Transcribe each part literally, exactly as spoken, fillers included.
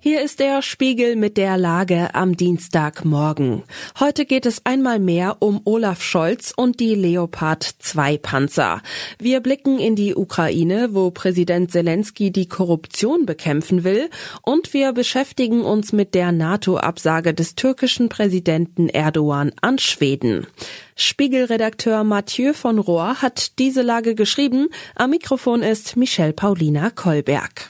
Hier ist der Spiegel mit der Lage am Dienstagmorgen. Heute geht es einmal mehr um Olaf Scholz und die Leopard zwei Panzer. Wir blicken in die Ukraine, wo Präsident Selenskyj die Korruption bekämpfen will, und wir beschäftigen uns mit der NATO-Absage des türkischen Präsidenten Erdogan an Schweden. Spiegelredakteur Mathieu von Rohr hat diese Lage geschrieben. Am Mikrofon ist Michelle Paulina Kolberg.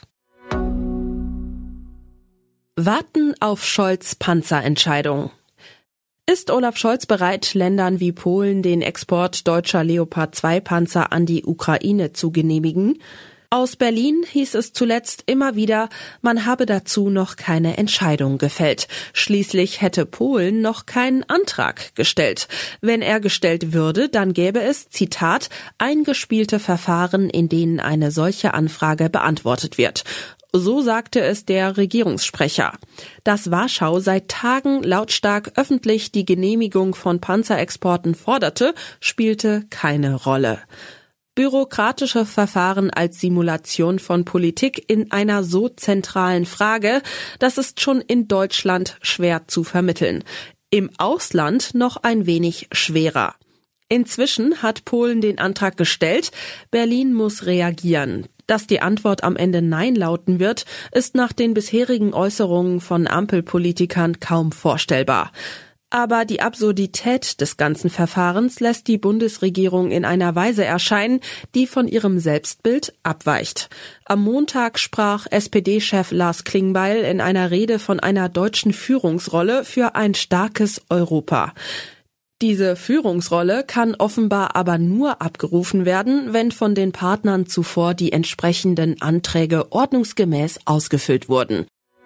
Warten auf Scholz' Panzerentscheidung. Ist Olaf Scholz bereit, Ländern wie Polen den Export deutscher Leopard zwei Panzer an die Ukraine zu genehmigen? Aus Berlin hieß es zuletzt immer wieder, man habe dazu noch keine Entscheidung gefällt. Schließlich hätte Polen noch keinen Antrag gestellt. Wenn er gestellt würde, dann gäbe es, Zitat, eingespielte Verfahren, in denen eine solche Anfrage beantwortet wird. So sagte es der Regierungssprecher. Dass Warschau seit Tagen lautstark öffentlich die Genehmigung von Panzerexporten forderte, spielte keine Rolle. Bürokratische Verfahren als Simulation von Politik in einer so zentralen Frage, das ist schon in Deutschland schwer zu vermitteln. Im Ausland noch ein wenig schwerer. Inzwischen hat Polen den Antrag gestellt, Berlin muss reagieren. Dass die Antwort am Ende Nein lauten wird, ist nach den bisherigen Äußerungen von Ampelpolitikern kaum vorstellbar. Aber die Absurdität des ganzen Verfahrens lässt die Bundesregierung in einer Weise erscheinen, die von ihrem Selbstbild abweicht. Am Montag sprach S P D-Chef Lars Klingbeil in einer Rede von einer deutschen Führungsrolle für ein starkes Europa. Diese Führungsrolle kann offenbar aber nur abgerufen werden, wenn von den Partnern zuvor die entsprechenden Anträge ordnungsgemäß ausgefüllt wurden.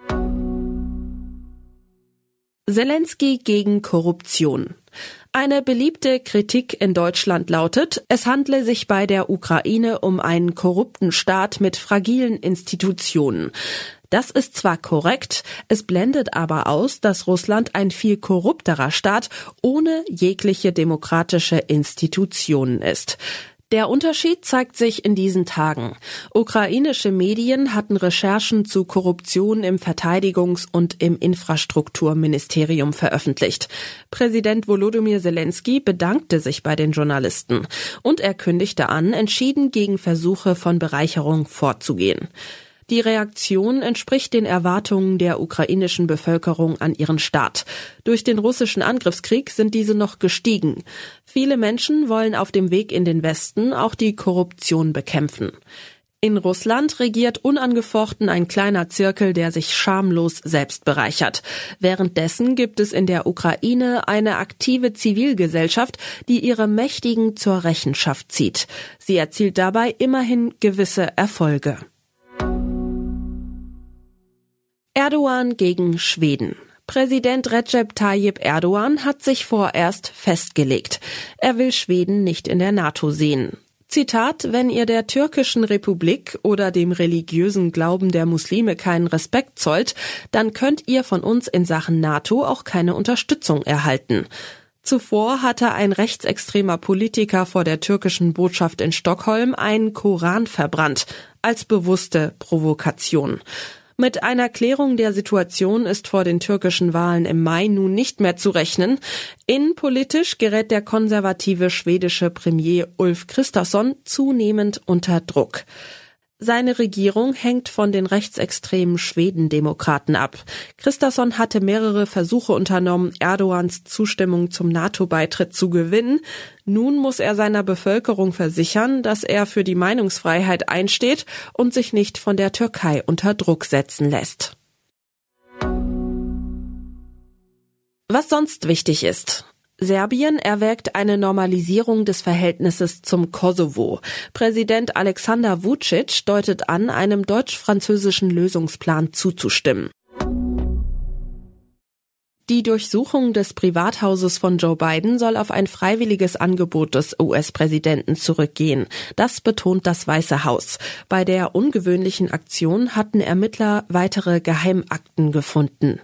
Selenskyj gegen Korruption. Eine beliebte Kritik in Deutschland lautet, es handle sich bei der Ukraine um einen korrupten Staat mit fragilen Institutionen. Das ist zwar korrekt, es blendet aber aus, dass Russland ein viel korrupterer Staat ohne jegliche demokratische Institutionen ist. Der Unterschied zeigt sich in diesen Tagen. Ukrainische Medien hatten Recherchen zu Korruption im Verteidigungs- und im Infrastrukturministerium veröffentlicht. Präsident Volodymyr Selenskyj bedankte sich bei den Journalisten und er kündigte an, entschieden gegen Versuche von Bereicherung vorzugehen. Die Reaktion entspricht den Erwartungen der ukrainischen Bevölkerung an ihren Staat. Durch den russischen Angriffskrieg sind diese noch gestiegen. Viele Menschen wollen auf dem Weg in den Westen auch die Korruption bekämpfen. In Russland regiert unangefochten ein kleiner Zirkel, der sich schamlos selbst bereichert. Währenddessen gibt es in der Ukraine eine aktive Zivilgesellschaft, die ihre Mächtigen zur Rechenschaft zieht. Sie erzielt dabei immerhin gewisse Erfolge. Erdogan gegen Schweden. Präsident Recep Tayyip Erdogan hat sich vorerst festgelegt. Er will Schweden nicht in der NATO sehen. Zitat, wenn ihr der türkischen Republik oder dem religiösen Glauben der Muslime keinen Respekt zollt, dann könnt ihr von uns in Sachen NATO auch keine Unterstützung erhalten. Zuvor hatte ein rechtsextremer Politiker vor der türkischen Botschaft in Stockholm einen Koran verbrannt, als bewusste Provokation. Mit einer Klärung der Situation ist vor den türkischen Wahlen im Mai nun nicht mehr zu rechnen. Innenpolitisch gerät der konservative schwedische Premier Ulf Kristersson zunehmend unter Druck. Seine Regierung hängt von den rechtsextremen Schwedendemokraten ab. Kristersson hatte mehrere Versuche unternommen, Erdogans Zustimmung zum NATO-Beitritt zu gewinnen. Nun muss er seiner Bevölkerung versichern, dass er für die Meinungsfreiheit einsteht und sich nicht von der Türkei unter Druck setzen lässt. Was sonst wichtig ist. Serbien erwägt eine Normalisierung des Verhältnisses zum Kosovo. Präsident Alexander Vučić deutet an, einem deutsch-französischen Lösungsplan zuzustimmen. Die Durchsuchung des Privathauses von Joe Biden soll auf ein freiwilliges Angebot des U S-Präsidenten zurückgehen. Das betont das Weiße Haus. Bei der ungewöhnlichen Aktion hatten Ermittler weitere Geheimakten gefunden.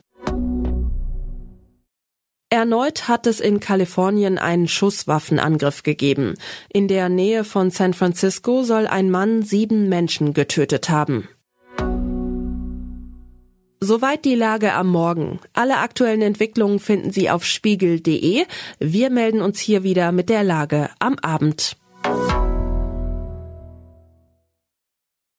Erneut hat es in Kalifornien einen Schusswaffenangriff gegeben. In der Nähe von San Francisco soll ein Mann sieben Menschen getötet haben. Soweit die Lage am Morgen. Alle aktuellen Entwicklungen finden Sie auf spiegel punkt de. Wir melden uns hier wieder mit der Lage am Abend.